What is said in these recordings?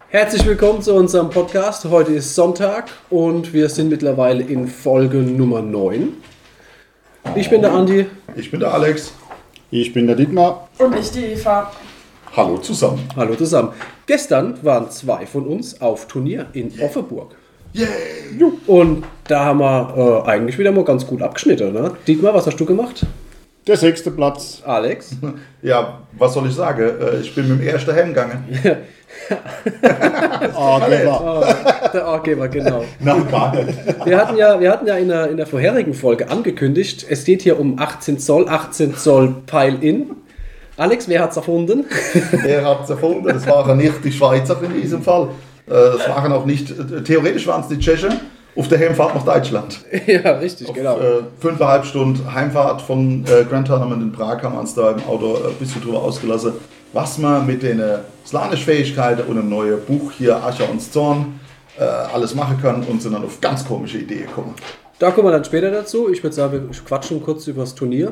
Herzlich willkommen zu unserem Podcast. Heute ist Sonntag und wir sind mittlerweile in Folge Nummer 9. Ich bin der Andi. Ich bin der Alex. Ich bin der Dietmar. Und ich die Eva. Hallo zusammen. Hallo zusammen. Gestern waren 2 von uns auf Turnier in Offenburg. Yay! Und da haben wir eigentlich wieder mal ganz gut abgeschnitten. Ne? Dietmar, was hast du gemacht? Der 6. Platz. Alex? Ja, was soll ich sagen? Ich bin mit dem ersten Helm gegangen. Der Argeber, genau. Nein, gar nicht. Wir hatten ja in der vorherigen Folge angekündigt, es geht hier um 18 Zoll Pile-In. Alex, wer hat es erfunden? Wer hat es erfunden? Das waren nicht die Schweizer in diesem Fall. Das waren auch nicht, theoretisch waren es die Tschechen. Auf der Heimfahrt nach Deutschland. Ja, richtig, genau. 5,5 Stunden Heimfahrt von Grand Tournament in Prag haben wir uns da im Auto ein bisschen drüber ausgelassen, was man mit den Slanisch-Fähigkeiten und einem neuen Buch hier, Ascher und Zorn, alles machen kann und sind dann auf ganz komische Ideen gekommen. Da kommen wir dann später dazu. Ich würde sagen, wir quatschen kurz über das Turnier.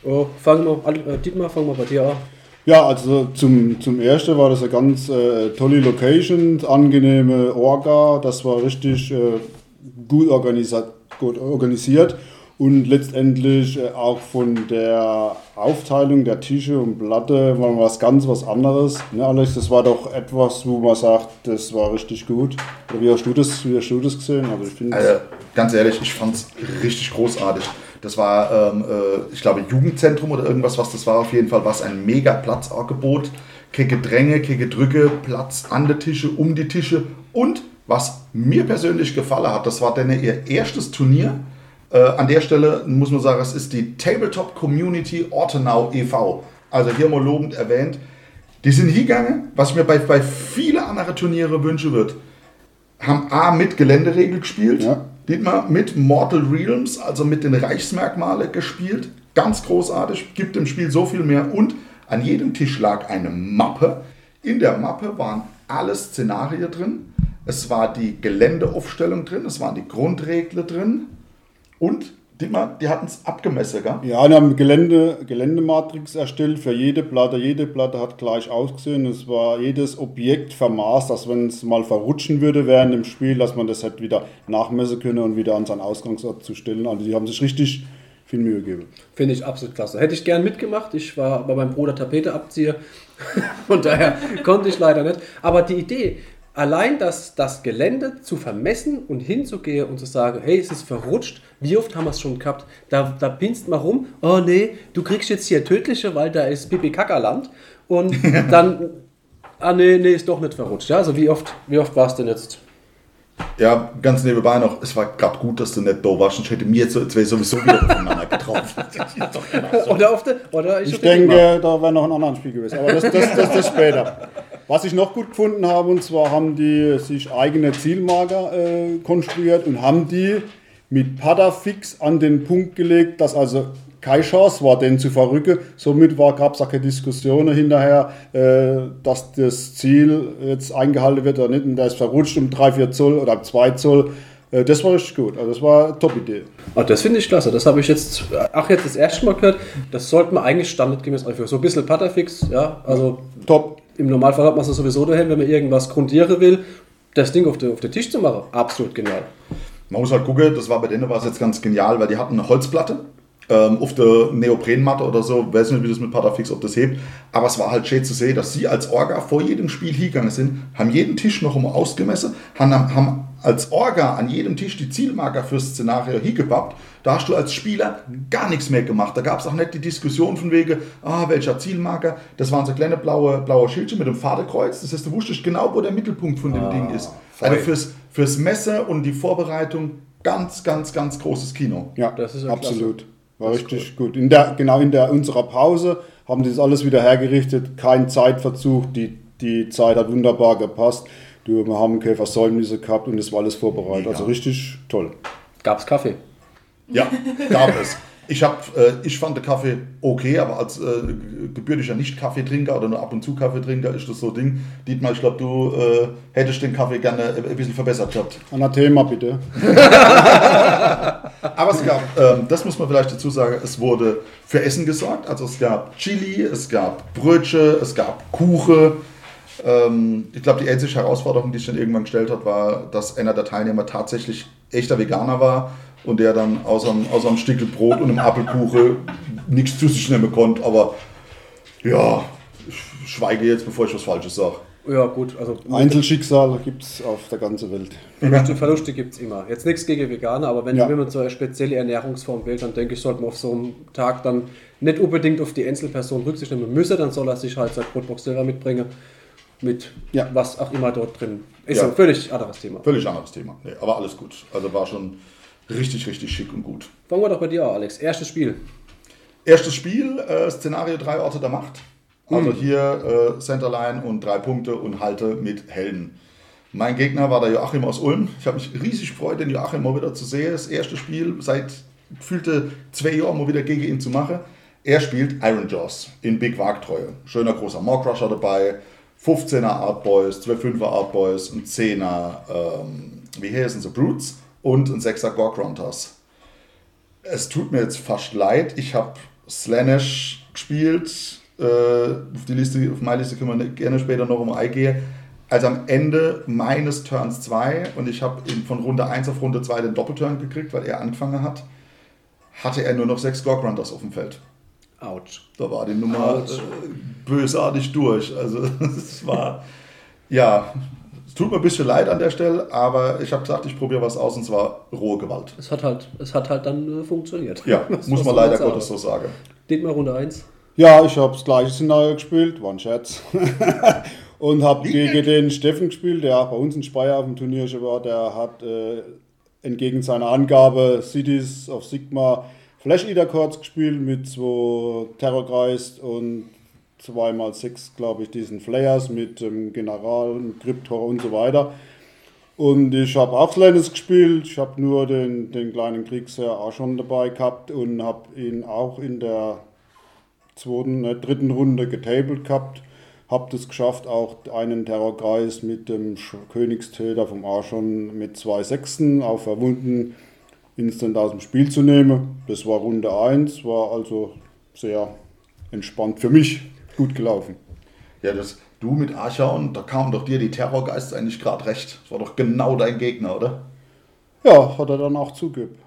Dietmar, fangen wir bei dir an. Ja, also zum ersten war das eine ganz tolle Location, angenehme Orga, das war richtig gut organisiert und letztendlich auch von der Aufteilung der Tische und Platte war was anderes. Ne, Alex, das war doch etwas, wo man sagt, das war richtig gut. Oder wie hast du das gesehen? Also, ganz ehrlich, ich fand es richtig großartig. Das war, ich glaube, Jugendzentrum oder irgendwas, was das war. Auf jeden Fall war es ein mega Platzangebot. Keine Gedränge, keine Gedrücke, Platz an der Tische, um die Tische. Und was mir persönlich gefallen hat, das war dann ihr erstes Turnier. An der Stelle muss man sagen, es ist die Tabletop Community Ortenau e.V. Also hier mal lobend erwähnt. Die sind hingegangen, was ich mir bei vielen anderen Turniere wünschen würde. Haben A mit Geländeregel gespielt, ja. Dietmar, mit Mortal Realms, also mit den Reichsmerkmalen gespielt. Ganz großartig, gibt im Spiel so viel mehr. Und an jedem Tisch lag eine Mappe. In der Mappe waren alle Szenarien drin. Es war die Geländeaufstellung drin, es waren die Grundregeln drin. Und Dietmar, die hatten es abgemessen, gell? Ja, die haben Geländematrix erstellt für jede Platte. Jede Platte hat gleich ausgesehen. Es war jedes Objekt vermaßt, dass wenn es mal verrutschen würde während dem Spiel, dass man das halt wieder nachmessen können und wieder an seinen Ausgangsort zu stellen. Also die haben sich richtig viel Mühe gegeben. Finde ich absolut klasse. Hätte ich gern mitgemacht. Ich war bei meinem Bruder Tapeteabzieher. Von daher konnte ich leider nicht. Aber die Idee, allein das Gelände zu vermessen und hinzugehen und zu sagen, hey, es ist verrutscht, wie oft haben wir es schon gehabt? Da pinst man rum, oh nee, du kriegst jetzt hier tödliche, weil da ist Pipi-Kackerland. Und dann, nee, ist doch nicht verrutscht. Ja, also wie oft war es denn jetzt? Ja, ganz nebenbei noch, es war gerade gut, dass du nicht da warst, ich hätte mir jetzt sowieso wieder aufeinander getroffen. Ich denke, da wäre noch ein anderes Spiel gewesen, aber das später. Was ich noch gut gefunden habe, und zwar haben die sich eigene Zielmarker konstruiert und haben die mit Padafix an den Punkt gelegt, dass also keine Chance war, den zu verrücken. Somit gab es auch keine Diskussionen hinterher, dass das Ziel jetzt eingehalten wird oder nicht. Und der ist verrutscht um 3-4 Zoll oder 2 Zoll. Das war richtig gut. Also das war eine Top-Idee. Oh, das finde ich klasse. Das habe ich jetzt das erste Mal gehört. Das sollte man eigentlich standardgemäß einführen. So ein bisschen Padafix, ja, also top. Im Normalfall hat man es sowieso dahin, wenn man irgendwas grundieren will, das Ding auf den Tisch zu machen. Absolut genial. Man muss halt gucken, das war bei denen war es jetzt ganz genial, weil die hatten eine Holzplatte auf der Neoprenmatte oder so, weiß nicht, wie das mit Padafix, ob das hebt, aber es war halt schön zu sehen, dass sie als Orga vor jedem Spiel hingegangen sind, haben jeden Tisch noch einmal ausgemessen, haben als Orga an jedem Tisch die Zielmarker fürs Szenario hingepappt. Da hast du als Spieler gar nichts mehr gemacht. Da gab es auch nicht die Diskussion von wegen, welcher Zielmarker. Das waren so kleine blaue Schildchen mit dem Fadenkreuz. Das heißt, du wusstest genau, wo der Mittelpunkt von dem Ding ist. Voll. Also fürs Messen und die Vorbereitung ganz, ganz, ganz großes Kino. Ja, das ist absolut. Klasse. War richtig gut. In unserer Pause haben die das alles wieder hergerichtet. Kein Zeitverzug. Die Zeit hat wunderbar gepasst. Wir haben keine Versäumnisse gehabt und es war alles vorbereitet. Ja. Also richtig toll. Gab es Kaffee? Ja, gab es. Ich fand den Kaffee okay, aber als gebürtiger Nicht-Kaffeetrinker oder nur ab und zu Kaffeetrinker ist das so ein Ding. Dietmar, ich glaube, du hättest den Kaffee gerne ein bisschen verbessert gehabt. Anathema, bitte. Aber es gab, das muss man vielleicht dazu sagen, es wurde für Essen gesorgt. Also es gab Chili, es gab Brötchen, es gab Kuchen. Ich glaube, die einzige Herausforderung, die ich dann irgendwann gestellt habe, war, dass einer der Teilnehmer tatsächlich echter Veganer war und der dann außer einem Stückel Brot und einem Apfelkuchen nichts zu sich nehmen konnte. Aber ja, ich schweige jetzt, bevor ich was Falsches sage. Ja, gut. Also Einzelschicksal gibt es auf der ganzen Welt. Verluste gibt es immer. Jetzt nichts gegen Veganer, aber wenn man so eine spezielle Ernährungsform wählt, dann denke ich, sollte man auf so einem Tag dann nicht unbedingt auf die Einzelperson Rücksicht nehmen müssen, dann soll er sich halt seine Brotbox selber mitbringen. Mit was auch immer dort drin ist. Ja. Ein völlig anderes Thema. Völlig anderes Thema. Nee, aber alles gut. Also war schon richtig, richtig schick und gut. Fangen wir doch bei dir an, Alex. Erstes Spiel. Erstes Spiel, Szenario 3 Orte der Macht. Also hier Centerline und 3 Punkte und Halte mit Helden. Mein Gegner war der Joachim aus Ulm. Ich habe mich riesig gefreut, den Joachim mal wieder zu sehen. Das erste Spiel seit gefühlte 2 Jahren mal wieder gegen ihn zu machen. Er spielt Iron Jaws in Big Wagtreue. Schöner großer Maw-Crusher dabei. 15er Artboys, 12er Artboys, ein 10er, wie heißen sie, Brutes und ein 6er Gorgrunters. Es tut mir jetzt fast leid, ich habe Slaanesh gespielt, auf meine Liste können wir gerne später noch eingehen. Also am Ende meines Turns 2 und ich habe von Runde 1 auf Runde 2 den Doppelturn gekriegt, weil er angefangen hat, hatte er nur noch 6 Gorgrunters auf dem Feld. Autsch. Da war die Nummer bösartig durch. Also es war, ja, es tut mir ein bisschen leid an der Stelle, aber ich habe gesagt, ich probiere was aus und zwar rohe Gewalt. Es hat halt dann funktioniert. Ja, muss man leider Gottes so sagen. Dietmar, Runde 1. Ja, ich habe das gleiche Szenario gespielt, war ein Scherz. Und habe gegen den Steffen gespielt, der auch bei uns in Speyer auf dem Turnier schon war. Der hat entgegen seiner Angabe Cities of Sigma Flash Eater Chords gespielt mit 2 Terrorgeist und 2x6, glaube ich, diesen Flayers mit General, Kryptor und so weiter. Und ich habe auch Slaanesh gespielt. Ich habe nur den kleinen Kriegsherr auch schon dabei gehabt und habe ihn auch in der dritten Runde getabled gehabt. Habe das geschafft, auch einen Terrorgeist mit dem Königstöter vom Archon mit 2 Sechsen auf Verwunden instant aus dem Spiel zu nehmen. Das war Runde 1, war also sehr entspannt für mich, gut gelaufen. Ja, du mit Archon, da kamen doch dir die Terrorgeister eigentlich gerade recht. Das war doch genau dein Gegner, oder? Ja, hat er dann auch zugegeben.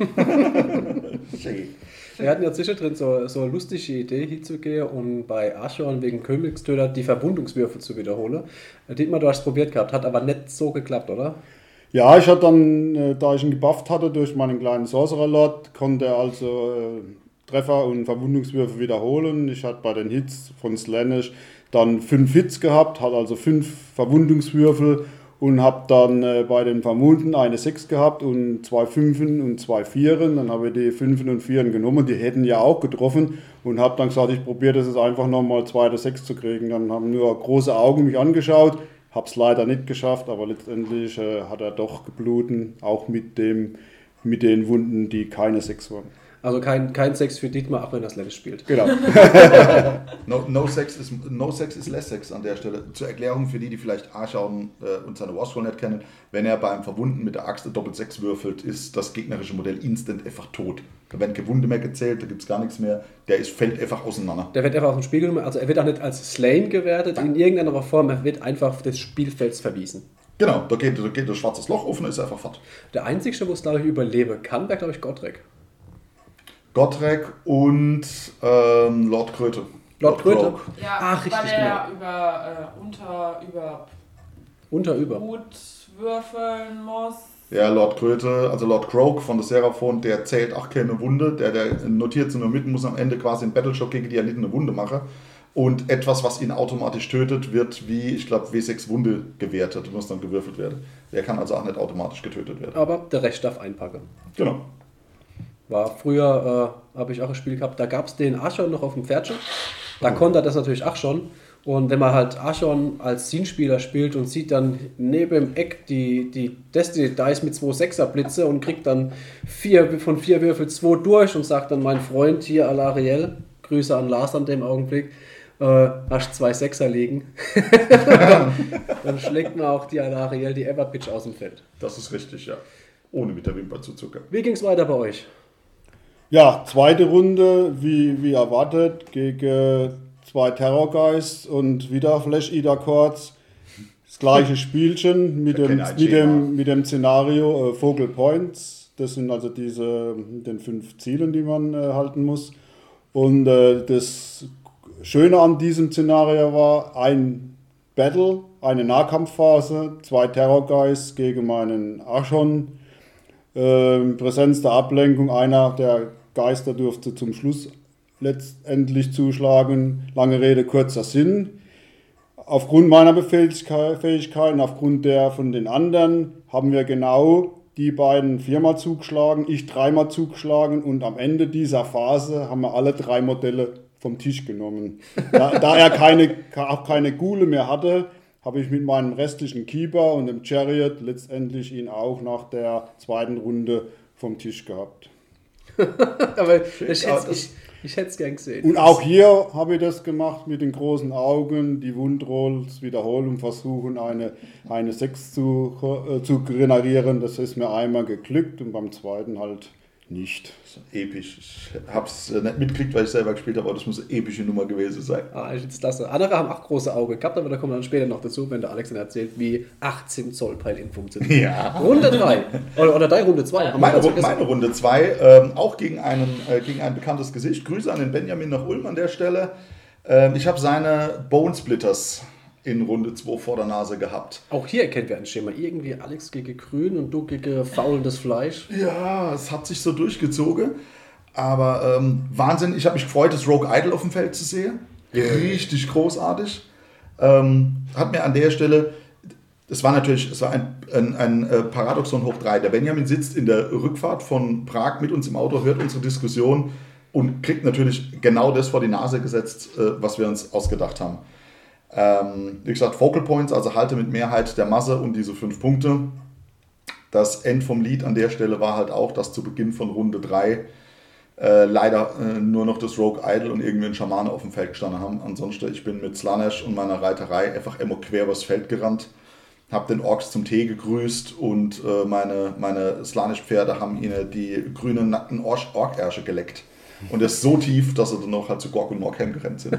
Wir hatten ja zwischendrin so eine lustige Idee hinzugehen und bei Archon wegen Königstöter die Verwundungswürfe zu wiederholen. Dietmar, du hast es probiert gehabt, hat aber nicht so geklappt, oder? Ja, ich hatte dann, da ich ihn gebufft hatte durch meinen kleinen Sorcerer Lord, konnte er also Treffer und Verwundungswürfe wiederholen. Ich hatte bei den Hits von Slaanesh dann 5 Hits gehabt, hatte also 5 Verwundungswürfel und habe dann bei den Verwundeten eine 6 gehabt und 2 Fünfen und 2 Vieren. Dann habe ich die 5 und 4 genommen, die hätten ja auch getroffen und habe dann gesagt, ich probiere das jetzt einfach nochmal 2 oder 6 zu kriegen. Dann haben nur große Augen mich angeschaut. Habe es leider nicht geschafft, aber letztendlich hat er doch gebluten, auch mit den Wunden, die keine 6 waren. Also kein Sex für Dietmar, auch wenn er Slaanesh spielt. Genau. No sex is less sex an der Stelle. Zur Erklärung für die vielleicht Archon und seine Warscroll nicht kennen, wenn er beim Verwunden mit der Axt doppelt 6 würfelt, ist das gegnerische Modell instant einfach tot. Da werden keine Wunde mehr gezählt, da gibt es gar nichts mehr. Fällt einfach auseinander. Der wird einfach aus dem Spiel genommen, also er wird auch nicht als slain gewertet in irgendeiner Form, er wird einfach des Spielfelds verwiesen. Genau, da geht das schwarzes Loch offen, ist einfach fort. Der Einzige, wo es, glaube ich, überleben kann, wäre, glaube ich, Gottrek. Gottrek und Lord Kröte. Lord Kröte? Ja, ach, richtig. Weil er über Hut würfeln muss. Ja, Lord Kröte, also Lord Croak von der Seraphon, der zählt auch keine Wunde. Der notiert sie nur mit, muss am Ende quasi in Battleshock gegen die erlittene Wunde machen. Und etwas, was ihn automatisch tötet, wird wie, ich glaube, W6 Wunde gewertet und muss dann gewürfelt werden. Der kann also auch nicht automatisch getötet werden. Aber der Rest darf einpacken. Genau. War früher, habe ich auch ein Spiel gehabt, da gab es den Archon noch auf dem Pferdchen. Da konnte er das natürlich auch schon. Und wenn man halt Archon als Scene-Spieler spielt und sieht dann neben dem Eck die Destiny Dice mit 2 6er Blitze und kriegt dann 4 von 4 Würfel 2 durch und sagt dann, mein Freund hier, Alariel, Grüße an Lars an dem Augenblick, hast 2 6er liegen. Dann schlägt man auch die Alariel, die Everpitch aus dem Feld. Das ist richtig, ja. Ohne mit der Wimper zu zuckern. Wie ging es weiter bei euch? Ja, zweite Runde, wie erwartet, gegen 2 Terrorgeists und wieder Flash Eater Chords. Das gleiche Spielchen mit dem Szenario Focal Points. Das sind also den 5 Zielen, die man halten muss. Und das Schöne an diesem Szenario war ein Battle, eine Nahkampfphase, 2 Terrorgeists gegen meinen Archon. Präsenz der Ablenkung, einer der Geister durfte zum Schluss letztendlich zuschlagen. Lange Rede, kurzer Sinn. Aufgrund meiner Fähigkeiten, aufgrund der von den anderen, haben wir genau die beiden 4-mal zugeschlagen, ich 3-mal zugeschlagen und am Ende dieser Phase haben wir alle 3 Modelle vom Tisch genommen. Da er auch keine Gule mehr hatte, habe ich mit meinem restlichen Keeper und dem Chariot letztendlich ihn auch nach der 2. Runde vom Tisch gehabt. Aber ich hätte es gern gesehen. Und auch hier habe ich das gemacht mit den großen Augen, die Wundrolls wiederholen und versuchen eine 6 zu generieren. Das ist mir einmal geglückt und beim zweiten halt nicht. Episch. Ich habe es nicht mitgekriegt, weil ich selber gespielt habe, aber das muss eine epische Nummer gewesen sein. Ich finde es klasse. Andere haben auch große Augen gehabt, aber da kommen wir dann später noch dazu, wenn der Alex dann erzählt, wie 18 Zoll Peil-In funktioniert. Ja. Runde 3. Oder 3 Runde 2. Meine Runde 2, auch gegen ein bekanntes Gesicht. Grüße an den Benjamin nach Ulm an der Stelle. Ich habe seine Bone Splitters in Runde 2 vor der Nase gehabt. Auch hier erkennen wir ein Schema. Irgendwie Alex gegen Grün und du gegen faulendes Fleisch. Ja, es hat sich so durchgezogen. Aber Wahnsinn, ich habe mich gefreut, das Rogue Idol auf dem Feld zu sehen. Richtig großartig. Hat mir an der Stelle, es war ein Paradoxon hoch 3. Der Benjamin sitzt in der Rückfahrt von Prag mit uns im Auto, hört unsere Diskussion und kriegt natürlich genau das vor die Nase gesetzt, was wir uns ausgedacht haben. Wie gesagt, Focal Points, also halte mit Mehrheit der Masse und diese 5 Punkte. Das End vom Lied an der Stelle war halt auch, dass zu Beginn von Runde 3 leider nur noch das Rogue Idol und irgendwie ein Schamane auf dem Feld gestanden haben. Ansonsten, ich bin mit Slanesh und meiner Reiterei einfach immer quer übers Feld gerannt, habe den Orks zum Tee gegrüßt und meine Slanesh-Pferde haben ihnen die grünen nackten Ork-Ärsche geleckt. Und er ist so tief, dass er dann noch halt zu Gork und Mork heimgerannt sind.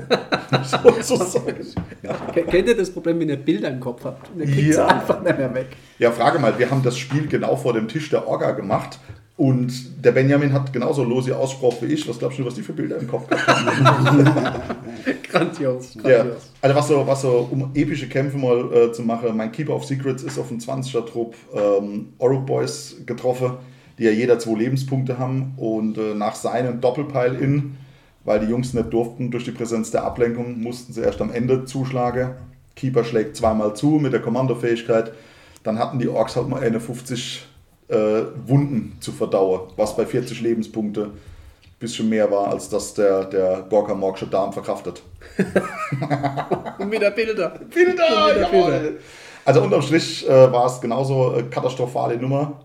Kennt ihr das Problem, wenn ihr Bilder im Kopf habt? Und ihr kriegt sie einfach nicht mehr weg. Ja, frage mal, wir haben das Spiel genau vor dem Tisch der Orga gemacht und der Benjamin hat genauso lose Ausspruch wie ich. Was glaubst du, was die für Bilder im Kopf haben? Grandios. Ja, also was so um epische Kämpfe mal zu machen, mein Keeper of Secrets ist auf dem 20er Trupp Orruk Boys getroffen, die ja jeder 2 Lebenspunkte haben und nach seinem Doppelpile-In, weil die Jungs nicht durften durch die Präsenz der Ablenkung, mussten sie erst am Ende zuschlagen. Keeper schlägt 2-mal zu mit der Kommandofähigkeit. Dann hatten die Orks halt mal 51 Wunden zu verdauen, was bei 40 Lebenspunkte ein bisschen mehr war, als das der Gorka-Morksche Darm verkraftet. Und wieder Bilder. Bilder. Also unterm Strich war es genauso katastrophale Nummer.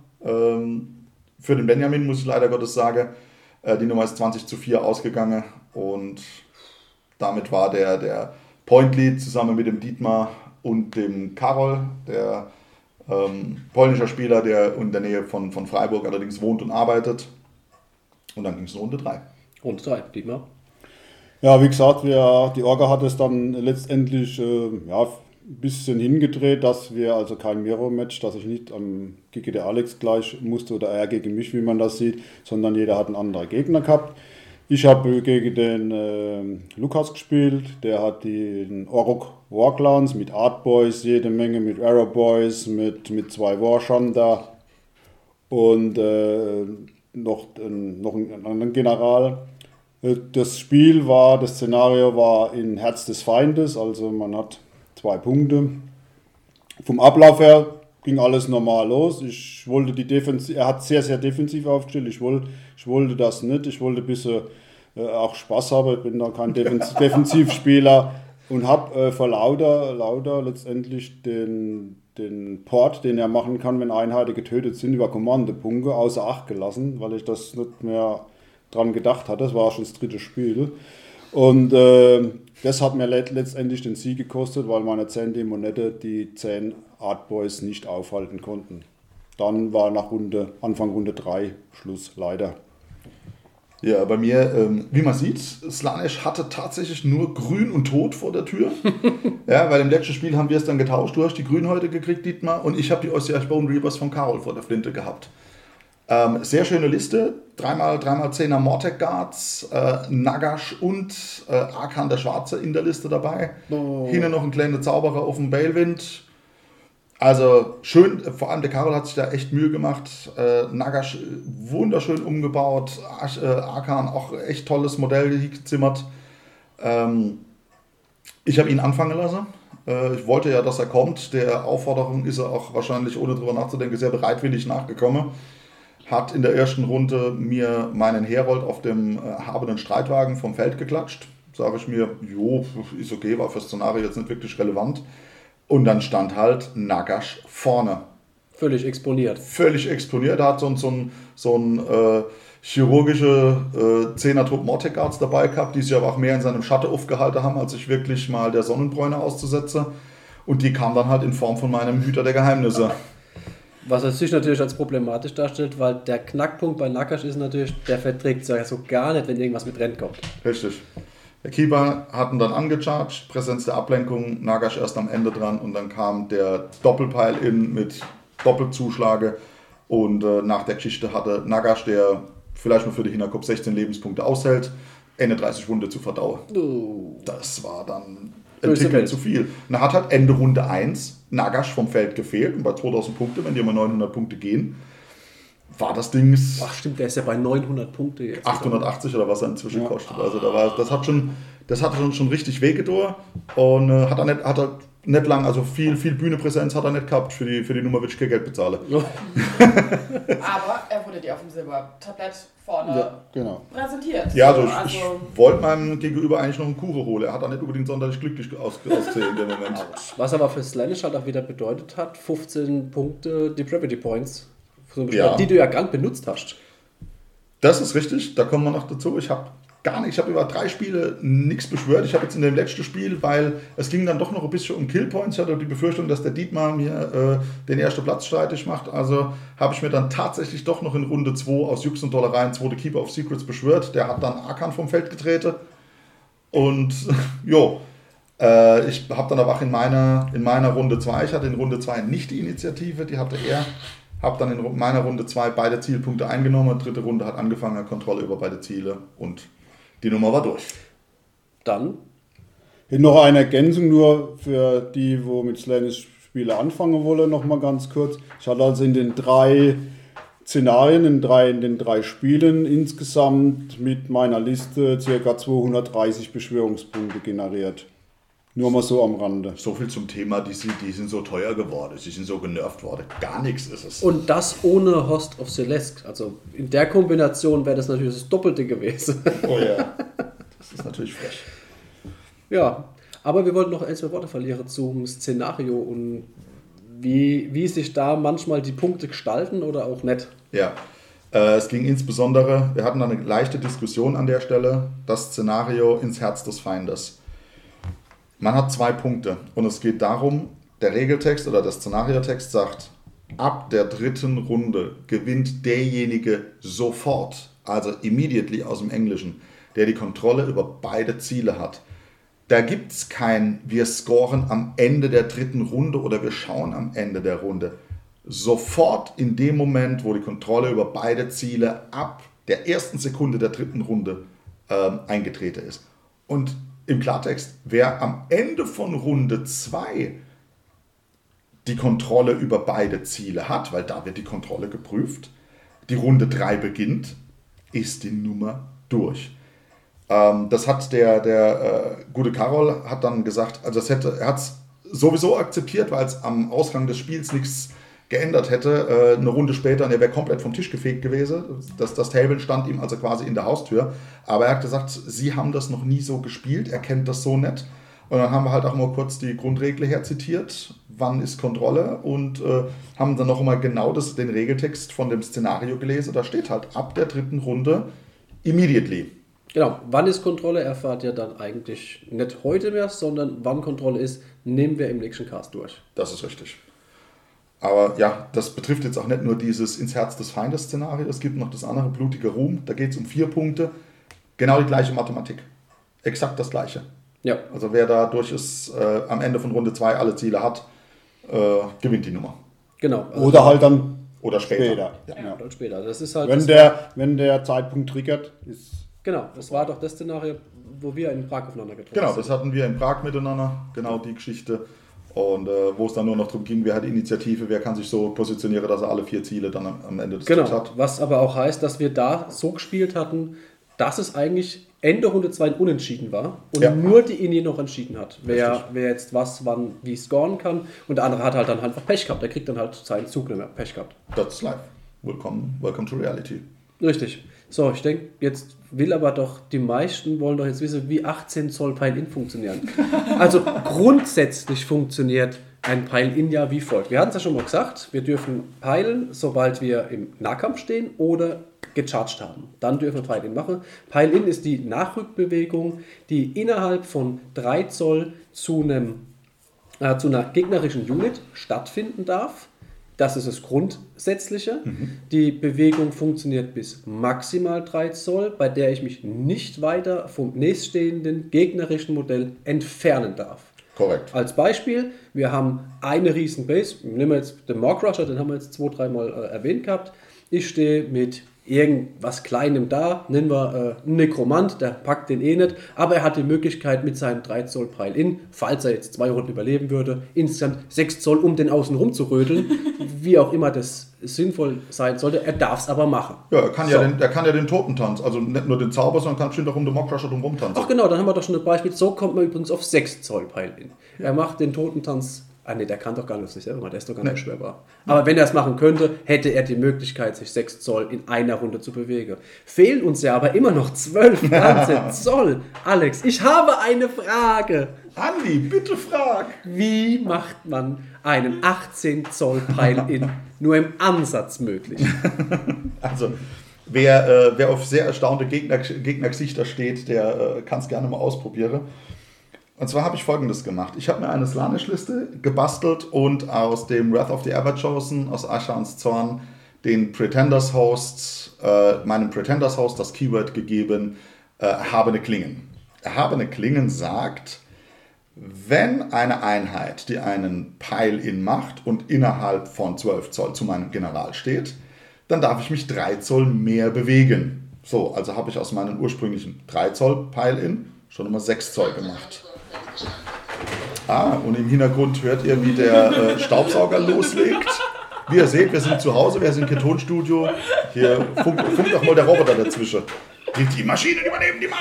Für den Benjamin muss ich leider Gottes sagen, die Nummer ist 20:4 ausgegangen und damit war der Point Lead zusammen mit dem Dietmar und dem Karol, der polnischer Spieler, der in der Nähe von Freiburg allerdings wohnt und arbeitet. Und dann ging es in Runde 3. Runde 3, Dietmar. Ja, wie gesagt, die Orga hat es dann letztendlich ein bisschen hingedreht, dass wir also kein Mirror-Match, dass ich nicht gegen den Alex gleich musste oder er gegen mich, wie man das sieht, sondern jeder hat einen anderen Gegner gehabt. Ich habe gegen den Lukas gespielt, der hat den Orruk Warclans mit Art Boys, jede Menge mit Arrow Boys, mit 2 Warshander und noch einen anderen General. Das Szenario war in Herz des Feindes, also man hat 2 Punkte. Vom Ablauf her ging alles normal los. Ich wollte er hat sehr, sehr defensiv aufgestellt. Ich wollte das nicht. Ich wollte ein bisschen auch Spaß haben. Ich bin da kein Defensivspieler und habe vor Lauder letztendlich den Port, den er machen kann, wenn Einheiten getötet sind, über Kommandopunkte außer Acht gelassen, weil ich das nicht mehr dran gedacht hatte. Das war schon das 3. Spiel. Und das hat mir letztendlich den Sieg gekostet, weil meine 10 Dämonette die 10 Art Boys nicht aufhalten konnten. Dann war nach Anfang Runde 3 Schluss, leider. Ja, bei mir, wie man sieht, Slanesh hatte tatsächlich nur Grün und Tod vor der Tür. Ja, weil im letzten Spiel haben wir es dann getauscht. Du hast die Grünhäute gekriegt, Dietmar, und ich habe die Ossiarch-Bone Reapers von Karol vor der Flinte gehabt. Sehr schöne Liste. 3x10er Mortec Guards, Nagash und Arkan der Schwarze in der Liste dabei. Hinten noch ein kleiner Zauberer auf dem Balewind. Also schön, vor allem der Karol hat sich da echt Mühe gemacht. Nagash wunderschön umgebaut. Arkan auch echt tolles Modell gezimmert. Ich habe ihn anfangen lassen. Ich wollte ja, dass er kommt. Der Aufforderung ist er auch wahrscheinlich, ohne drüber nachzudenken, sehr bereitwillig nachgekommen. Hat in der ersten Runde mir meinen Herold auf dem habenden Streitwagen vom Feld geklatscht. Sage ich mir, jo, ist okay, war fürs Szenario jetzt nicht wirklich relevant. Und dann stand halt Nagash vorne. Völlig exponiert. Völlig exponiert. Er hat so ein chirurgische 10er-Trupp Mortec Guards dabei gehabt, die sich aber auch mehr in seinem Schatten aufgehalten haben, als sich wirklich mal der Sonnenbräune auszusetzen. Und die kam dann halt in Form von meinem Hüter der Geheimnisse. Was sich natürlich als problematisch darstellt, weil der Knackpunkt bei Nagash ist natürlich, der verträgt es ja so gar nicht, wenn irgendwas mit Rent kommt. Richtig. Der Keeper hat ihn dann angecharged, Präsenz der Ablenkung, Nagash erst am Ende dran und dann kam der Doppelpile-In mit Doppelzuschlage und nach der Geschichte hatte Nagash, der vielleicht nur für den Hinterkopf 16 Lebenspunkte aushält, 31 Wunde zu verdauen. Das war dann ein Ticken zu viel. Und er hat halt Ende Runde 1 Nagash vom Feld gefehlt und bei 2000 Punkte, wenn die mal 900 Punkte gehen, war das Ding... Ach stimmt, der ist ja bei 900 Punkte jetzt. 880 oder was er inzwischen kostet. Also das hat schon richtig wehgetan und hat er nicht lang, also viel Bühnepräsenz hat er nicht gehabt für die Nummer, will ich kein Geld bezahlen. Aber er wurde dir auf dem Silbertablett vorne präsentiert. Ja, also ich wollte meinem Gegenüber eigentlich noch einen Kuchen holen. Er hat da nicht unbedingt sonderlich glücklich ausgesehen in dem Moment. Was aber für Slanesh halt auch wieder bedeutet hat, 15 Punkte Depravity Points, die du ja gar nicht benutzt hast. Das ist richtig, da kommen wir noch dazu. Ich habe über 3 Spiele nichts beschwört. Ich habe jetzt in dem letzten Spiel, weil es ging dann doch noch ein bisschen um Killpoints. Ich hatte die Befürchtung, dass der Dietmar mir den ersten Platz streitig macht. Also habe ich mir dann tatsächlich doch noch in Runde 2 aus Jux und Dollereien 2. Keeper of Secrets beschwört. Der hat dann Arkan vom Feld getreten. Und ich habe dann aber auch in meiner Runde 2, ich hatte in Runde 2 nicht die Initiative, die hatte er. Habe dann in meiner Runde 2 beide Zielpunkte eingenommen. 3. Runde hat angefangen, Kontrolle über beide Ziele und die Nummer war durch. Dann? Noch eine Ergänzung nur für die, wo mit Slanesh Spiele anfangen wollen, noch mal ganz kurz. Ich hatte also in den 3 Szenarien, in den 3 Spielen insgesamt mit meiner Liste ca. 230 Beschwörungspunkte generiert. Nur mal so am Rande. So viel zum Thema, die sind so teuer geworden, sie sind so genervt worden. Gar nichts ist es. Und das ohne Host of Celeste. Also in der Kombination wäre das natürlich das Doppelte gewesen. Oh ja, das ist natürlich frech. Ja, aber wir wollten noch 1-2 Worte verlieren zum Szenario und wie sich da manchmal die Punkte gestalten oder auch nicht. Ja, es ging insbesondere, wir hatten eine leichte Diskussion an der Stelle, das Szenario ins Herz des Feindes. Man hat 2 Punkte und es geht darum, der Regeltext oder der Szenariotext sagt, ab der 3. Runde gewinnt derjenige sofort, also immediately aus dem Englischen, der die Kontrolle über beide Ziele hat. Da gibt es kein, wir scoren am Ende der 3. Runde oder wir schauen am Ende der Runde. Sofort in dem Moment, wo die Kontrolle über beide Ziele ab der 1. Sekunde der 3. Runde eingetreten ist. Und im Klartext, wer am Ende von Runde 2 die Kontrolle über beide Ziele hat, weil da wird die Kontrolle geprüft, die Runde 3 beginnt, ist die Nummer durch. Das hat der gute Karol hat dann gesagt, also er hat es sowieso akzeptiert, weil es am Ausgang des Spiels nichts geändert hätte. Eine Runde später, und er wäre komplett vom Tisch gefegt gewesen. Das Table stand ihm also quasi in der Haustür. Aber er hat gesagt, sie haben das noch nie so gespielt, er kennt das so nicht. Und dann haben wir halt auch mal kurz die Grundregel herzitiert, wann ist Kontrolle, und haben dann noch mal genau den Regeltext von dem Szenario gelesen. Da steht halt ab der 3. Runde immediately. Genau, wann ist Kontrolle, erfahrt ihr dann eigentlich nicht heute mehr, sondern wann Kontrolle ist, nehmen wir im nächsten Cast durch. Das ist richtig. Aber ja, das betrifft jetzt auch nicht nur dieses ins Herz des Feindes Szenario, es gibt noch das andere, blutige Ruhm, da geht es um 4 Punkte. Genau die gleiche Mathematik. Exakt das gleiche. Ja. Also wer dadurch es am Ende von Runde 2 alle Ziele hat, gewinnt die Nummer. Genau. Oder halt dann später. Ja, oder später. Das ist halt wenn der Zeitpunkt triggert, ist... Genau, das war doch das Szenario, wo wir in Prag aufeinander getroffen sind. Genau, sind. das hatten wir in Prag miteinander, genau die Geschichte. Und wo es dann nur noch darum ging, wer hat Initiative, wer kann sich so positionieren, dass er alle 4 Ziele dann am Ende des Zugs hat. Was aber auch heißt, dass wir da so gespielt hatten, dass es eigentlich Ende Runde 2 unentschieden war und nur die Inni noch entschieden hat, wer jetzt was, wann, wie scoren kann. Und der andere hat halt dann einfach Pech gehabt, der kriegt dann halt seinen Zug nicht mehr, Pech gehabt. That's life. Welcome to reality. Richtig. So, ich denke, jetzt will aber doch, die meisten wollen doch jetzt wissen, wie 18 Zoll Pile-In funktionieren. Also grundsätzlich funktioniert ein Pile-In ja wie folgt. Wir hatten es ja schon mal gesagt, wir dürfen peilen, sobald wir im Nahkampf stehen oder gecharged haben. Dann dürfen wir Pile-In machen. Pile-In ist die Nachrückbewegung, die innerhalb von 3 Zoll zu einer gegnerischen Unit stattfinden darf. Das ist das Grundsätzliche. Die Bewegung funktioniert bis maximal 3 Zoll, bei der ich mich nicht weiter vom nächststehenden gegnerischen Modell entfernen darf. Korrekt. Als Beispiel, wir haben eine riesen Base, nehmen wir jetzt den Morg Rusher, den haben wir jetzt 2-3 Mal erwähnt gehabt. Ich stehe mit irgendwas Kleinem da, nennen wir einen Nekromant, der packt den eh nicht, aber er hat die Möglichkeit mit seinem 3 Zoll Pile-In, falls er jetzt 2 Runden überleben würde, insgesamt 6 Zoll um den außen rum zu rödeln, wie auch immer das sinnvoll sein sollte, er darf es aber machen. Ja, er kann ja den Totentanz, also nicht nur den Zauber, sondern kann bestimmt auch um den Morg Rusher drum rumtanzen. Ach genau, dann haben wir doch schon ein Beispiel, so kommt man übrigens auf 6 Zoll Pile-In. Er macht den Totentanz. Der kann doch gar nicht sich selber machen, der ist doch gar nicht beschwerbar. Aber wenn er es machen könnte, hätte er die Möglichkeit, sich 6 Zoll in einer Runde zu bewegen. Fehlen uns ja aber immer noch 12 ganze Zoll. Alex, ich habe eine Frage. Andi, bitte frag. Wie macht man einen 18 Zoll Pile-In nur im Ansatz möglich? Also, wer auf sehr erstaunte Gegnergesichter steht, der kann es gerne mal ausprobieren. Und zwar habe ich Folgendes gemacht. Ich habe mir eine Slaanesh-Liste gebastelt und aus dem Wrath of the Everchosen, aus Ashans Zorn, den Pretenders-Host, meinem Pretenders-Host das Keyword gegeben, erhabene Klingen. Erhabene Klingen sagt, wenn eine Einheit, die einen Pile-In macht und innerhalb von 12 Zoll zu meinem General steht, dann darf ich mich 3 Zoll mehr bewegen. So, also habe ich aus meinem ursprünglichen 3 Zoll Pile-In schon immer 6 Zoll gemacht. Und im Hintergrund hört ihr, wie der Staubsauger loslegt. Wie ihr seht, wir sind zu Hause, wir sind im Ketonstudio. Hier funkt doch mal der Roboter dazwischen. Die Maschinen übernehmen die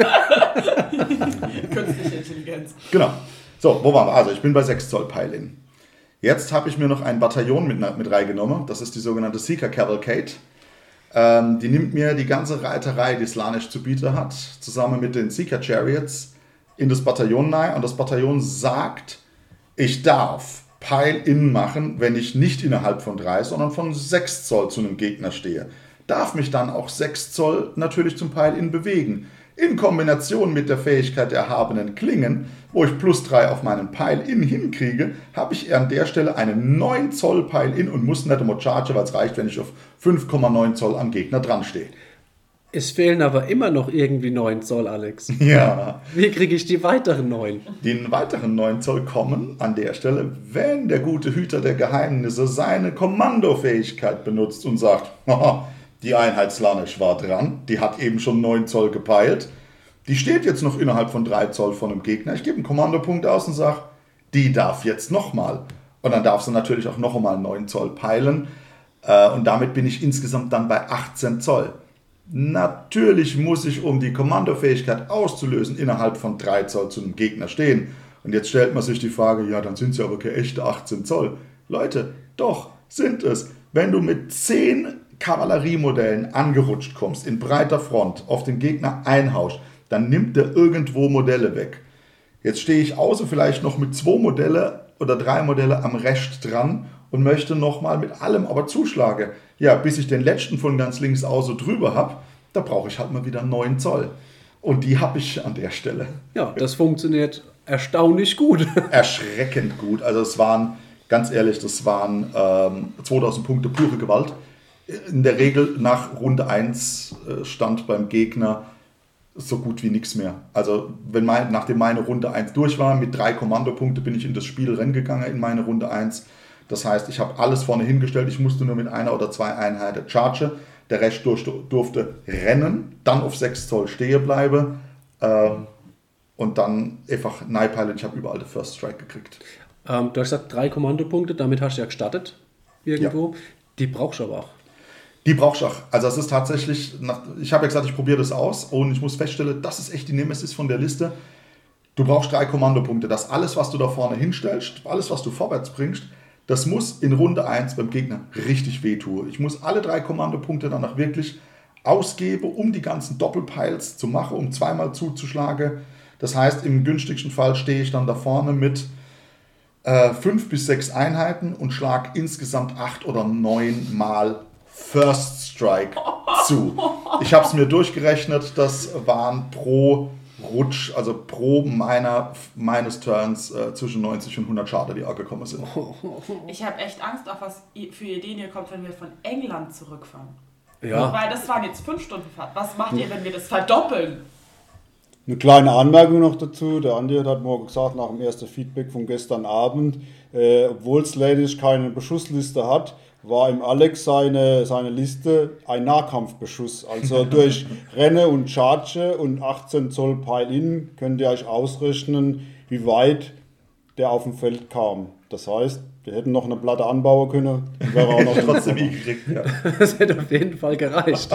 Macht. Künstliche Intelligenz. Genau. So, wo waren wir? Also, ich bin bei 6 Zoll Pile-In. Jetzt habe ich mir noch ein Bataillon mit reingenommen. Das ist die sogenannte Seeker Cavalcade. Die nimmt mir die ganze Reiterei, die Slaanesh zu bieten hat, zusammen mit den Seeker Chariots in das Bataillon rein. Und das Bataillon sagt, ich darf Pile-In machen, wenn ich nicht innerhalb von 3, sondern von 6 Zoll zu einem Gegner stehe. Darf mich dann auch 6 Zoll natürlich zum Pile-In bewegen. In Kombination mit der Fähigkeit der erhabenen Klingen, wo ich +3 auf meinen Pile-In hinkriege, habe ich an der Stelle einen 9 Zoll Pile-In und muss nicht einmal charge, weil es reicht, wenn ich auf 5,9 Zoll am Gegner dran stehe. Es fehlen aber immer noch irgendwie 9 Zoll, Alex. Ja. Wie kriege ich die weiteren 9? Die weiteren 9 Zoll kommen an der Stelle, wenn der gute Hüter der Geheimnisse seine Kommandofähigkeit benutzt und sagt, haha, die Einheit Slaanesh war dran, die hat eben schon 9 Zoll gepeilt, die steht jetzt noch innerhalb von 3 Zoll von einem Gegner. Ich gebe einen Kommandopunkt aus und sage, die darf jetzt nochmal. Und dann darf sie natürlich auch noch einmal 9 Zoll peilen. Und damit bin ich insgesamt dann bei 18 Zoll. Natürlich muss ich, um die Kommandofähigkeit auszulösen, innerhalb von 3 Zoll zu einem Gegner stehen. Und jetzt stellt man sich die Frage, ja, dann sind es ja aber keine echte 18 Zoll. Leute, doch, sind es. Wenn du mit 10 Kavalleriemodellen angerutscht kommst, in breiter Front, auf den Gegner einhaust, dann nimmt der irgendwo Modelle weg. Jetzt stehe ich außer vielleicht noch mit 2 Modelle oder 3 Modelle am Rest dran und möchte nochmal mit allem aber zuschlagen. Ja, bis ich den letzten von ganz links außen drüber habe, da brauche ich halt mal wieder 9 Zoll. Und die habe ich an der Stelle. Ja, das funktioniert erstaunlich gut. Erschreckend gut. Also es waren ganz ehrlich, das waren 2000 Punkte pure Gewalt. In der Regel nach Runde 1 stand beim Gegner so gut wie nichts mehr. Also nachdem meine Runde 1 durch war, mit 3 Kommandopunkte bin ich in das Spiel reingegangen in meine Runde 1. Das heißt, ich habe alles vorne hingestellt, ich musste nur mit 1 oder 2 Einheiten charge, der Rest durfte rennen, dann auf 6 Zoll stehen bleiben und dann einfach Nightpilot, ich habe überall den First Strike gekriegt. Du hast gesagt 3 Kommandopunkte, damit hast du ja gestartet irgendwo. Ja. Die brauchst du aber auch. Die brauchst du auch. Also es ist tatsächlich, ich habe ja gesagt, ich probiere das aus und ich muss feststellen, das ist echt die Nemesis von der Liste. Du brauchst 3 Kommandopunkte. Das alles, was du da vorne hinstellst, alles, was du vorwärts bringst, das muss in Runde 1 beim Gegner richtig wehtun. Ich muss alle 3 Kommandopunkte danach wirklich ausgeben, um die ganzen Doppelpiles zu machen, um zweimal zuzuschlagen. Das heißt, im günstigsten Fall stehe ich dann da vorne mit 5 bis 6 Einheiten und schlage insgesamt 8 oder 9 Mal First Strike zu. Ich habe es mir durchgerechnet, das waren pro Rutsch, also pro meines Turns zwischen 90 und 100 Schaden, die angekommen sind. Ich habe echt Angst, auf was für Ideen hier kommt, wenn wir von England zurückfahren. Ja. Weil das waren jetzt 5 Stunden Fahrt. Was macht ihr, wenn wir das verdoppeln? Eine kleine Anmerkung noch dazu. Der Andi hat morgen gesagt, nach dem ersten Feedback von gestern Abend, obwohl Sladish keine Beschussliste hat, war im Alex seine Liste ein Nahkampfbeschuss. Also durch Renne und Charge und 18 Zoll Pile-In könnt ihr euch ausrechnen, wie weit der auf dem Feld kam. Das heißt, wir hätten noch eine Platte anbauen können und wäre auch noch trotzdem gekriegt. Ja. Das hätte auf jeden Fall gereicht.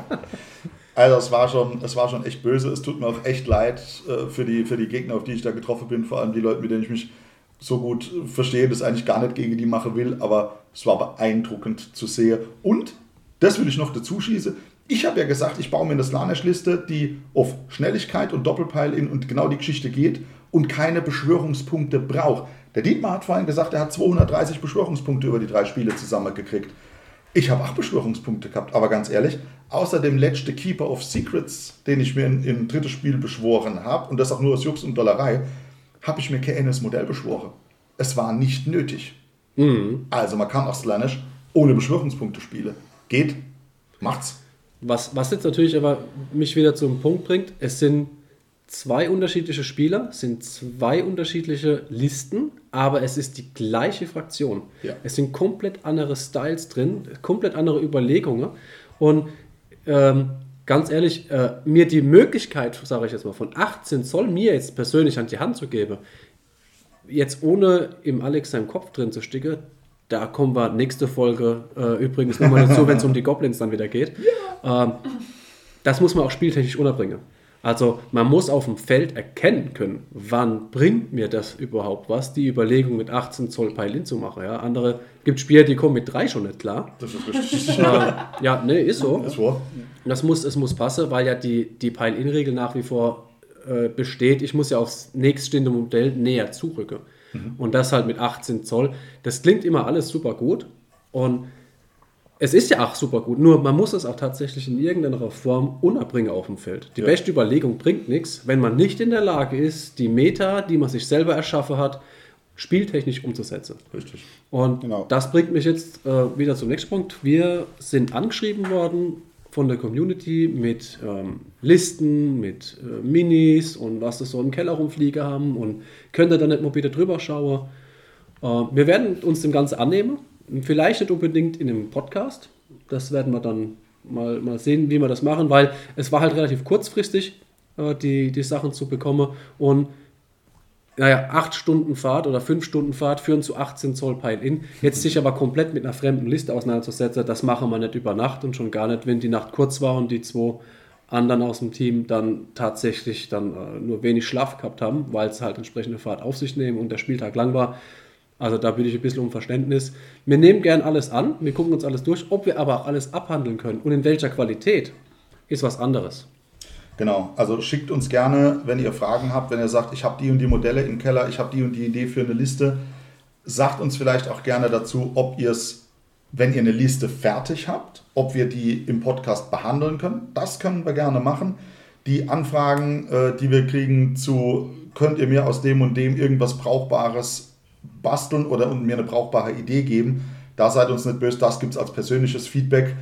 Also es war schon echt böse. Es tut mir auch echt leid für die Gegner, auf die ich da getroffen bin. Vor allem die Leute, mit denen ich mich so gut verstehe, das eigentlich gar nicht gegen die machen will. Aber es war beeindruckend zu sehen. Und, das will ich noch dazu schießen, ich habe ja gesagt, ich baue mir eine Slanesh-Liste, die auf Schnelligkeit und Doppelpile-In und genau die Geschichte geht und keine Beschwörungspunkte braucht. Der Dietmar hat vorhin gesagt, er hat 230 Beschwörungspunkte über die 3 Spiele zusammengekriegt. Ich habe 8 Beschwörungspunkte gehabt, aber ganz ehrlich, außer dem letzten Keeper of Secrets, den ich mir im dritten Spiel beschworen habe, und das auch nur aus Jux und Dollerei, habe ich mir kein NS-Modell beschworen. Es war nicht nötig. Also man kann auch Slanesh ohne Beschwörungspunkte spielen. Geht, macht's. Was jetzt natürlich aber mich wieder zum Punkt bringt, es sind 2 unterschiedliche Spieler, sind 2 unterschiedliche Listen, aber es ist die gleiche Fraktion. Ja. Es sind komplett andere Styles drin, komplett andere Überlegungen und ganz ehrlich, mir die Möglichkeit, sage ich jetzt mal, von 18 Zoll mir jetzt persönlich an die Hand zu geben, jetzt ohne im Alex seinem Kopf drin zu sticken, da kommen wir nächste Folge übrigens nochmal dazu, wenn es um die Goblins dann wieder geht. Ja. Das muss man auch spieltechnisch unterbringen. Also man muss auf dem Feld erkennen können, wann bringt mir das überhaupt was, die Überlegung mit 18 Zoll Pile-In zu machen. Ja? Andere gibt Spieler, die kommen mit 3 schon nicht klar. Das ist richtig. Ja, nee, ist so. Ist so. Es muss passen, weil ja die Pile-In-Regel nach wie vor besteht. Ich muss ja aufs nächststehende Modell näher zurücken. Und das halt mit 18 Zoll. Das klingt immer alles super gut und es ist ja auch super gut, nur man muss es auch tatsächlich in irgendeiner Form unterbringen auf dem Feld. Die beste Überlegung bringt nichts, wenn man nicht in der Lage ist, die Meta, die man sich selber erschaffen hat, spieltechnisch umzusetzen. Richtig. Und das bringt mich jetzt wieder zum nächsten Punkt. Wir sind angeschrieben worden von der Community mit Listen, mit Minis und was das so im Keller rumfliegen haben und könnt ihr da nicht mal bitte drüber schauen. Wir werden uns dem Ganzen annehmen. Vielleicht nicht unbedingt in einem Podcast. Das werden wir dann mal sehen, wie wir das machen, weil es war halt relativ kurzfristig, die Sachen zu bekommen. Und 8 Stunden Fahrt oder 5 Stunden Fahrt führen zu 18 Zoll Pile-In. Jetzt sich aber komplett mit einer fremden Liste auseinanderzusetzen, das machen wir nicht über Nacht und schon gar nicht, wenn die Nacht kurz war und die 2 anderen aus dem Team dann tatsächlich dann nur wenig Schlaf gehabt haben, weil es halt entsprechende Fahrt auf sich nehmen und der Spieltag lang war. Also da bitte ich ein bisschen um Verständnis. Wir nehmen gern alles an, wir gucken uns alles durch, ob wir aber auch alles abhandeln können und in welcher Qualität ist was anderes. Genau, also schickt uns gerne, wenn ihr Fragen habt, wenn ihr sagt, ich habe die und die Modelle im Keller, ich habe die und die Idee für eine Liste, sagt uns vielleicht auch gerne dazu, ob ihr es, wenn ihr eine Liste fertig habt, ob wir die im Podcast behandeln können. Das können wir gerne machen. Die Anfragen, die wir kriegen zu, könnt ihr mir aus dem und dem irgendwas Brauchbares basteln oder mir eine brauchbare Idee geben. Da seid uns nicht böse, das gibt es als persönliches Feedback,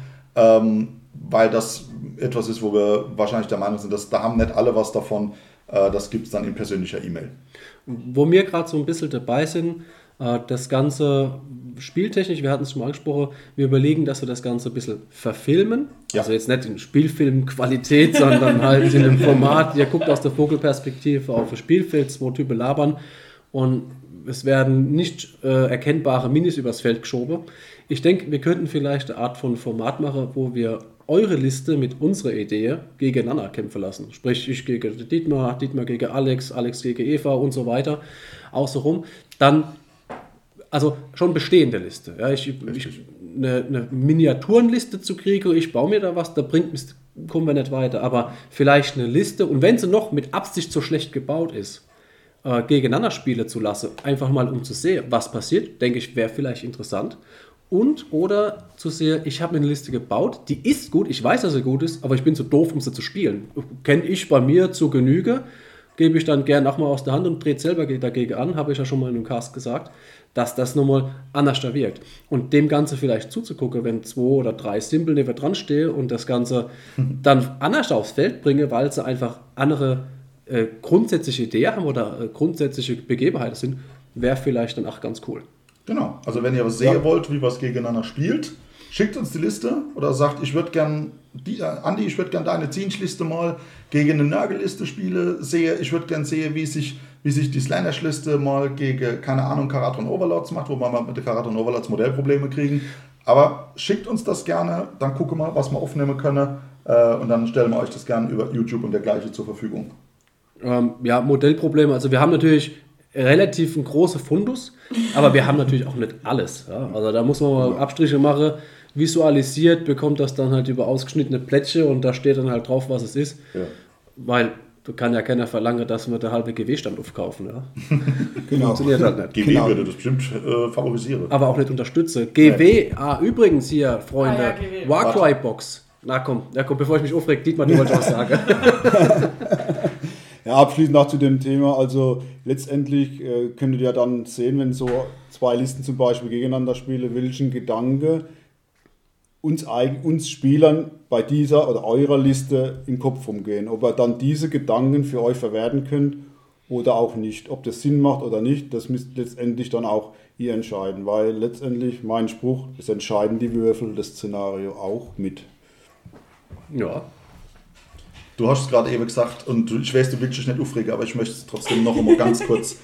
weil das etwas ist, wo wir wahrscheinlich der Meinung sind, dass da haben nicht alle was davon. Das gibt es dann in persönlicher E-Mail. Wo wir gerade so ein bisschen dabei sind, das Ganze spieltechnisch, wir hatten es schon mal angesprochen, wir überlegen, dass wir das Ganze ein bisschen verfilmen. Ja. Also jetzt nicht in Spielfilmqualität, sondern halt in einem Format, ihr guckt aus der Vogelperspektive auf ein Spielfeld, 2 Typen labern und es werden nicht erkennbare Minis übers Feld geschoben. Ich denke, wir könnten vielleicht eine Art von Format machen, wo wir eure Liste mit unserer Idee gegeneinander kämpfen lassen. Sprich, ich gegen Dietmar, Dietmar gegen Alex, Alex gegen Eva und so weiter. Außenrum. Dann, also schon bestehende Liste. Ja, eine Miniaturenliste zu kriegen, ich baue mir da was, kommen wir nicht weiter. Aber vielleicht eine Liste, und wenn sie noch mit Absicht so schlecht gebaut ist, gegeneinander spielen zu lassen, einfach mal um zu sehen, was passiert, denke ich, wäre vielleicht interessant. Oder zu sehen, ich habe mir eine Liste gebaut, die ist gut, ich weiß, dass sie gut ist, aber ich bin zu doof, um sie zu spielen. Kenne ich bei mir zu Genüge, gebe ich dann gern auch mal aus der Hand und drehe selber dagegen an, habe ich ja schon mal in einem Cast gesagt, dass das nochmal anders da wirkt. Und dem Ganze vielleicht zuzugucken, wenn 2 oder 3 Simpel neben dran stehe und das Ganze dann anders aufs Feld bringe, weil sie einfach andere grundsätzliche Ideen haben oder grundsätzliche Begebenheiten sind, wäre vielleicht dann auch ganz cool. Genau, also wenn ihr was sehen wollt, wie was gegeneinander spielt, schickt uns die Liste oder sagt, ich würde gern, Andi, ich würde gern deine Zinsch-Liste mal gegen eine Nörgel-Liste spiele, ich würde gern sehen, wie sich die Slanesh-Liste mal gegen, keine Ahnung, Karatron Overlords macht, wo wir mal mit der Karatron Overlords Modellprobleme kriegen. Aber schickt uns das gerne, dann gucken wir, was wir aufnehmen können und dann stellen wir euch das gerne über YouTube und dergleichen zur Verfügung. Ja, Modellprobleme, also wir haben natürlich relativ ein großer Fundus, aber wir haben natürlich auch nicht alles. Ja? Also da muss man mal Abstriche machen, visualisiert, bekommt das dann halt über ausgeschnittene Plättchen und da steht dann halt drauf, was es ist. Ja. Weil du kann ja keiner verlangen, dass wir der halbe GW-Stand aufkaufen. Ja? Genau. Funktioniert halt nicht. GW würde das bestimmt favorisieren. Aber auch nicht unterstützen. GW, übrigens hier, Freunde, GW. Warcry-Box. Na komm, bevor ich mich aufreg, Dietmar, du wolltest was sagen. Ja, abschließend noch zu dem Thema, also letztendlich könntet ihr dann sehen, wenn so 2 Listen zum Beispiel gegeneinander spielen, welchen Gedanke uns Spielern bei dieser oder eurer Liste im Kopf rumgehen. Ob ihr dann diese Gedanken für euch verwerten könnt oder auch nicht. Ob das Sinn macht oder nicht, das müsst letztendlich dann auch ihr entscheiden, weil letztendlich mein Spruch, es entscheiden die Würfel, das Szenario auch mit. Ja. Du hast es gerade eben gesagt und ich weiß, du willst dich nicht aufregen, aber ich möchte es trotzdem noch einmal ganz kurz.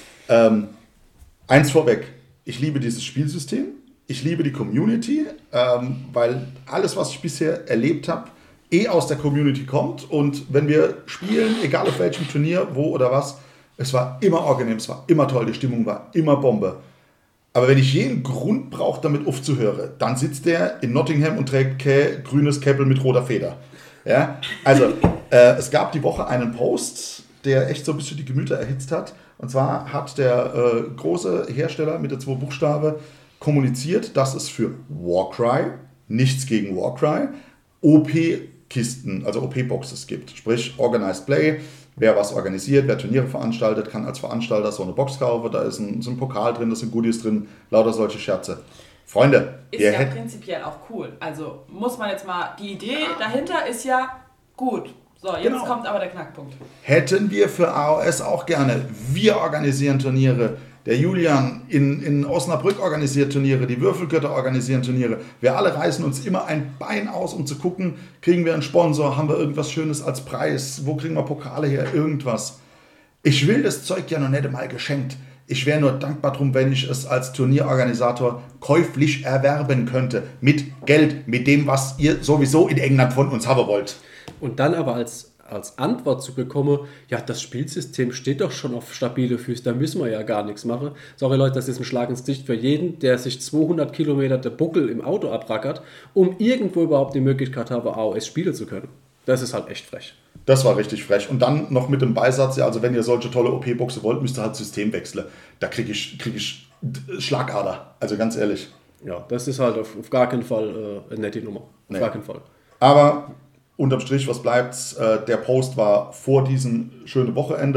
Eins vorweg, ich liebe dieses Spielsystem, ich liebe die Community, weil alles, was ich bisher erlebt habe, aus der Community kommt und wenn wir spielen, egal auf welchem Turnier, wo oder was, es war immer angenehm, es war immer toll, die Stimmung war immer Bombe. Aber wenn ich jeden Grund brauche, damit aufzuhören, dann sitzt der in Nottingham und trägt kein grünes Käppel mit roter Feder. Ja, also es gab die Woche einen Post, der echt so ein bisschen die Gemüter erhitzt hat. Und zwar hat der große Hersteller mit den 2 Buchstaben kommuniziert, dass es für Warcry, nichts gegen Warcry, OP-Kisten, also OP-Boxes gibt. Sprich Organized Play, wer was organisiert, wer Turniere veranstaltet, kann als Veranstalter so eine Box kaufen. Da ist ein Pokal drin, da sind Goodies drin, lauter solche Scherze. Freunde, ist ja prinzipiell auch cool. Also muss man jetzt mal, die Idee dahinter ist ja gut. So, jetzt kommt aber der Knackpunkt. Hätten wir für AOS auch gerne. Wir organisieren Turniere. Der Julian in Osnabrück organisiert Turniere. Die Würfelgötter organisieren Turniere. Wir alle reißen uns immer ein Bein aus, um zu gucken, kriegen wir einen Sponsor, haben wir irgendwas Schönes als Preis, wo kriegen wir Pokale her, irgendwas. Ich will das Zeug ja noch nicht einmal geschenkt. Ich wäre nur dankbar drum, wenn ich es als Turnierorganisator käuflich erwerben könnte. Mit Geld, mit dem, was ihr sowieso in England von uns haben wollt. Und dann aber als Antwort zu bekommen, ja, das Spielsystem steht doch schon auf stabile Füße, da müssen wir ja gar nichts machen. Sorry Leute, das ist ein Schlag ins Gesicht für jeden, der sich 200 Kilometer der Buckel im Auto abrackert, um irgendwo überhaupt die Möglichkeit habe, AOS spielen zu können. Das ist halt echt frech. Das war richtig frech. Und dann noch mit dem Beisatz, ja, also wenn ihr solche tolle OP-Boxe wollt, müsst ihr halt System wechseln. Da krieg ich Schlagader, also ganz ehrlich. Ja, das ist halt auf gar keinen Fall eine nette Nummer. Auf gar keinen Fall. Aber unterm Strich, was bleibt's? Der Post war vor diesem schönen Wochenende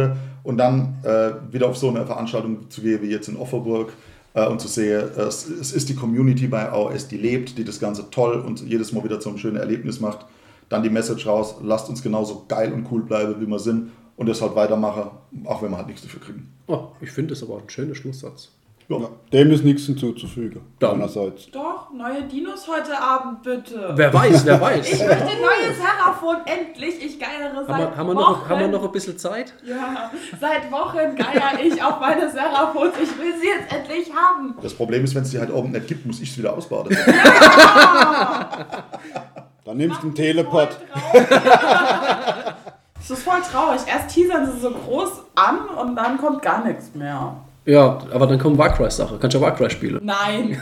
und dann wieder auf so eine Veranstaltung zu gehen wie jetzt in Offerburg und zu sehen, es ist die Community bei AOS, die lebt, die das Ganze toll und jedes Mal wieder so ein schönes Erlebnis macht. Dann die Message raus, lasst uns genauso geil und cool bleiben, wie wir sind und das halt weitermachen, auch wenn wir halt nichts dafür kriegen. Oh, ich finde das aber auch ein schöner Schlusssatz. Ja. Ja, dem ist nichts hinzuzufügen. Dann. Einerseits. Doch, neue Dinos heute Abend, bitte. Wer weiß. Ich möchte neues Seraphon, endlich. Ich geiere seit Haben wir Wochen. noch ein bisschen Zeit? Ja, seit Wochen geiere ich auf meine Seraphons. Ich will sie jetzt endlich haben. Das Problem ist, wenn es die halt oben nicht gibt, muss ich es wieder ausbaden. Dann nimmst du einen Teleport. Das ist voll traurig. Erst teasern sie so groß an und dann kommt gar nichts mehr. Ja, aber dann kommt Warcry-Sache. Kannst du ja Warcry spielen? Nein.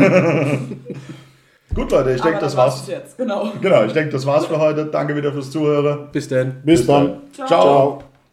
Gut, Leute, ich denke, das war's. Jetzt. Genau. Genau, ich denke, das war's für heute. Danke wieder fürs Zuhören. Bis dann. Bis dann. Ciao. Ciao.